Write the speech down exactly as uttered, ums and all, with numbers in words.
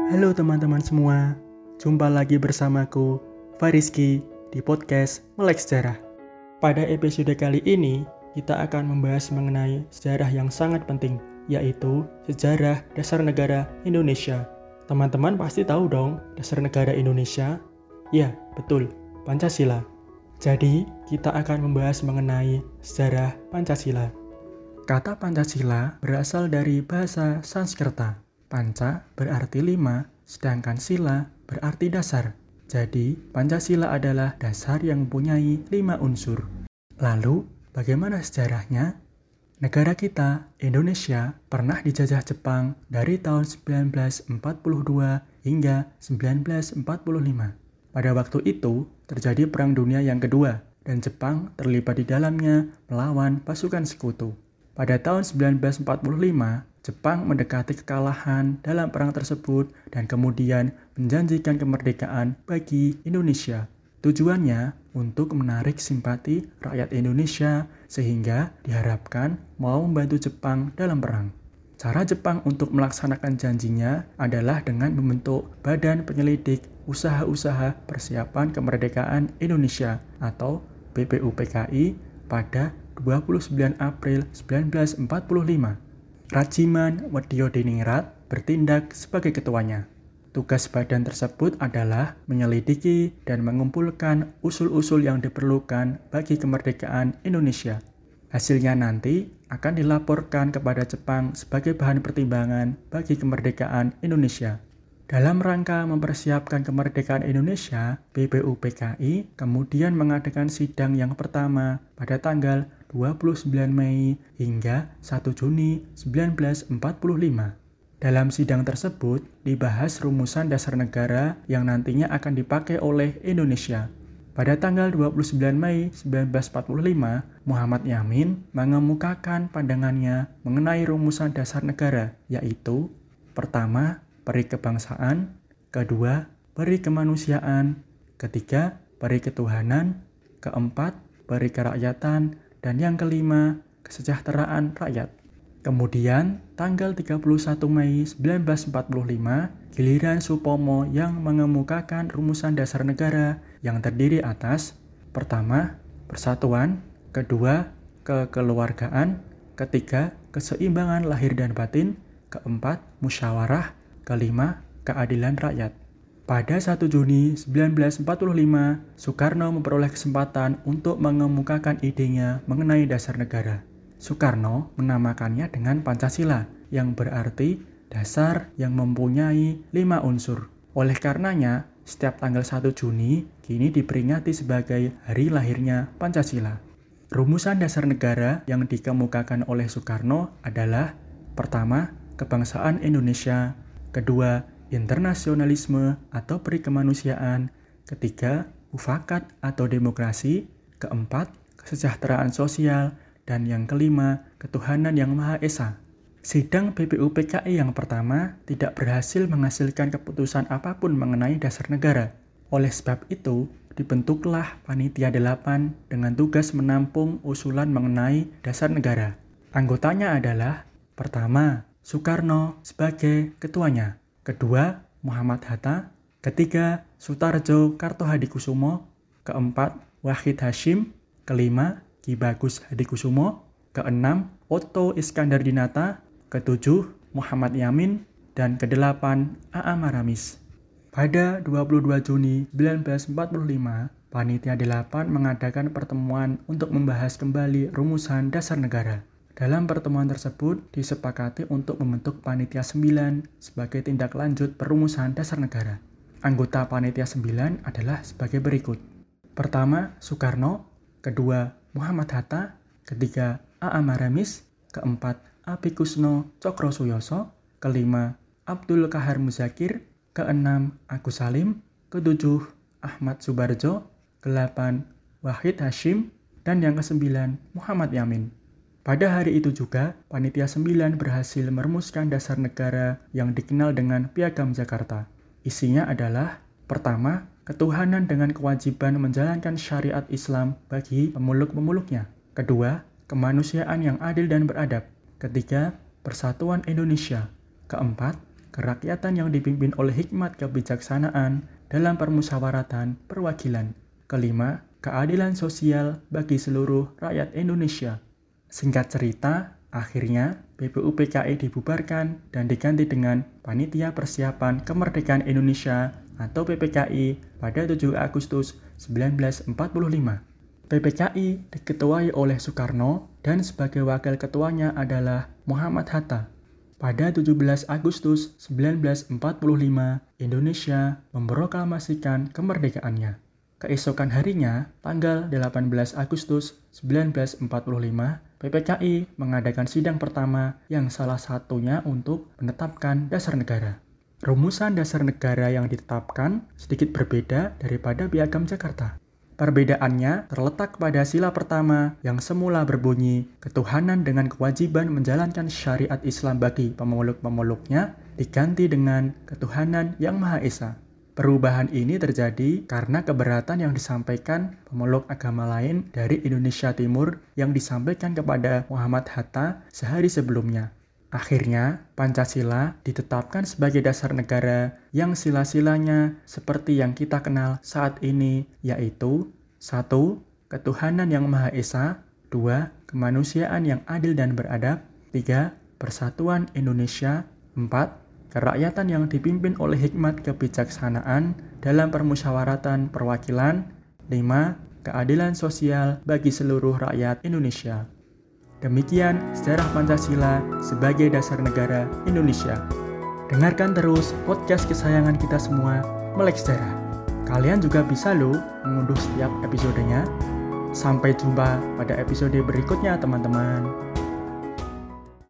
Halo teman-teman semua, jumpa lagi bersamaku, Fariski, di podcast Melek Sejarah. Pada episode kali ini, kita akan membahas mengenai sejarah yang sangat penting, yaitu sejarah dasar negara Indonesia. Teman-teman pasti tahu dong dasar negara Indonesia? Ya, betul, Pancasila. Jadi, kita akan membahas mengenai sejarah Pancasila. Kata Pancasila berasal dari bahasa Sanskerta. Panca berarti lima, sedangkan sila berarti dasar. Jadi, Pancasila adalah dasar yang mempunyai lima unsur. Lalu, bagaimana sejarahnya? Negara kita, Indonesia, pernah dijajah Jepang dari tahun sembilan belas empat puluh dua hingga sembilan belas empat puluh lima. Pada waktu itu, terjadi Perang Dunia yang kedua, dan Jepang terlibat di dalamnya melawan pasukan sekutu. Pada tahun sembilan belas empat puluh lima, Jepang mendekati kekalahan dalam perang tersebut dan kemudian menjanjikan kemerdekaan bagi Indonesia. Tujuannya untuk menarik simpati rakyat Indonesia sehingga diharapkan mau membantu Jepang dalam perang. Cara Jepang untuk melaksanakan janjinya adalah dengan membentuk Badan Penyelidik Usaha-Usaha Persiapan Kemerdekaan Indonesia atau B P U P K I pada dua puluh sembilan April sembilan belas empat puluh lima. Rajiman Weddiodiningrat bertindak sebagai ketuanya. Tugas badan tersebut adalah menyelidiki dan mengumpulkan usul-usul yang diperlukan bagi kemerdekaan Indonesia. Hasilnya nanti akan dilaporkan kepada Jepang sebagai bahan pertimbangan bagi kemerdekaan Indonesia. Dalam rangka mempersiapkan kemerdekaan Indonesia, B P U P K I kemudian mengadakan sidang yang pertama pada tanggal dua puluh sembilan Mei hingga satu Juni sembilan belas empat puluh lima. Dalam sidang tersebut dibahas rumusan dasar negara yang nantinya akan dipakai oleh Indonesia. Pada tanggal dua puluh sembilan Mei sembilan belas empat puluh lima, Muhammad Yamin mengemukakan pandangannya mengenai rumusan dasar negara, yaitu pertama, peri kebangsaan, kedua, peri kemanusiaan, ketiga, peri ketuhanan, keempat, peri kerakyatan, dan yang kelima, kesejahteraan rakyat. Kemudian, tanggal tiga puluh satu Mei sembilan belas empat puluh lima, giliran Supomo yang mengemukakan rumusan dasar negara yang terdiri atas pertama, persatuan, kedua, kekeluargaan, ketiga, keseimbangan lahir dan batin, keempat, musyawarah, kelima, keadilan rakyat. Pada satu Juni sembilan belas empat puluh lima, Soekarno memperoleh kesempatan untuk mengemukakan idenya mengenai dasar negara. Soekarno menamakannya dengan Pancasila, yang berarti dasar yang mempunyai lima unsur. Oleh karenanya, setiap tanggal satu Juni kini diperingati sebagai hari lahirnya Pancasila. Rumusan dasar negara yang dikemukakan oleh Soekarno adalah pertama, kebangsaan Indonesia, kedua, internasionalisme atau peri kemanusiaan, ketiga, mufakat atau demokrasi, keempat, kesejahteraan sosial, dan yang kelima, ketuhanan yang Maha Esa. Sidang B P U P K I yang pertama tidak berhasil menghasilkan keputusan apapun mengenai dasar negara. Oleh sebab itu, dibentuklah Panitia delapan dengan tugas menampung usulan mengenai dasar negara. Anggotanya adalah pertama, Soekarno sebagai ketuanya, kedua, Muhammad Hatta, ketiga, Sutarjo Kartohadikusumo, keempat, Wahid Hasyim, kelima, Ki Bagus Hadikusumo, keenam, Otto Iskandar Dinata, ketujuh, Muhammad Yamin, dan kedelapan, A A Maramis. Pada dua puluh dua Juni sembilan belas empat puluh lima, Panitia delapan mengadakan pertemuan untuk membahas kembali rumusan dasar negara. Dalam pertemuan tersebut disepakati untuk membentuk Panitia sembilan sebagai tindak lanjut perumusan dasar negara. Anggota Panitia sembilan adalah sebagai berikut. Pertama, Soekarno, kedua, Muhammad Hatta, ketiga, A A Maramis, keempat, Apikusno Cokrosuyoso, kelima, Abdul Kahar Muzakir, keenam, Agus Salim, ketujuh, Ahmad Subarjo, kedelapan, Wahid Hasyim, dan yang kesembilan, Muhammad Yamin. Pada hari itu juga, Panitia sembilan berhasil merumuskan dasar negara yang dikenal dengan Piagam Jakarta. Isinya adalah, pertama, ketuhanan dengan kewajiban menjalankan syariat Islam bagi pemeluk-pemeluknya. Kedua, kemanusiaan yang adil dan beradab. Ketiga, persatuan Indonesia. Keempat, kerakyatan yang dipimpin oleh hikmat kebijaksanaan dalam permusyawaratan perwakilan. Kelima, keadilan sosial bagi seluruh rakyat Indonesia. Singkat cerita, akhirnya B P U P K I dibubarkan dan diganti dengan Panitia Persiapan Kemerdekaan Indonesia atau P P K I pada tujuh Agustus seribu sembilan ratus empat puluh lima. P P K I diketuai oleh Soekarno dan sebagai wakil ketuanya adalah Muhammad Hatta. Pada tujuh belas Agustus seribu sembilan ratus empat puluh lima, Indonesia memproklamasikan kemerdekaannya. Keesokan harinya, tanggal delapan belas Agustus seribu sembilan ratus empat puluh lima, P P K I mengadakan sidang pertama yang salah satunya untuk menetapkan dasar negara. Rumusan dasar negara yang ditetapkan sedikit berbeda daripada Piagam Jakarta. Perbedaannya terletak pada sila pertama yang semula berbunyi ketuhanan dengan kewajiban menjalankan syariat Islam bagi pemeluk-pemeluknya diganti dengan ketuhanan yang Maha Esa. Perubahan ini terjadi karena keberatan yang disampaikan pemeluk agama lain dari Indonesia Timur yang disampaikan kepada Muhammad Hatta sehari sebelumnya. Akhirnya, Pancasila ditetapkan sebagai dasar negara yang sila-silanya seperti yang kita kenal saat ini, yaitu satu. Ketuhanan yang Maha Esa, dua. Kemanusiaan yang adil dan beradab, tiga. Persatuan Indonesia, empat. Kerakyatan yang dipimpin oleh hikmat kebijaksanaan dalam permusyawaratan perwakilan, lima. Keadilan sosial bagi seluruh rakyat Indonesia. Demikian sejarah Pancasila sebagai dasar negara Indonesia. Dengarkan terus podcast kesayangan kita semua, Melek Sejarah. Kalian juga bisa loh mengunduh setiap episodenya. Sampai jumpa pada episode berikutnya teman-teman.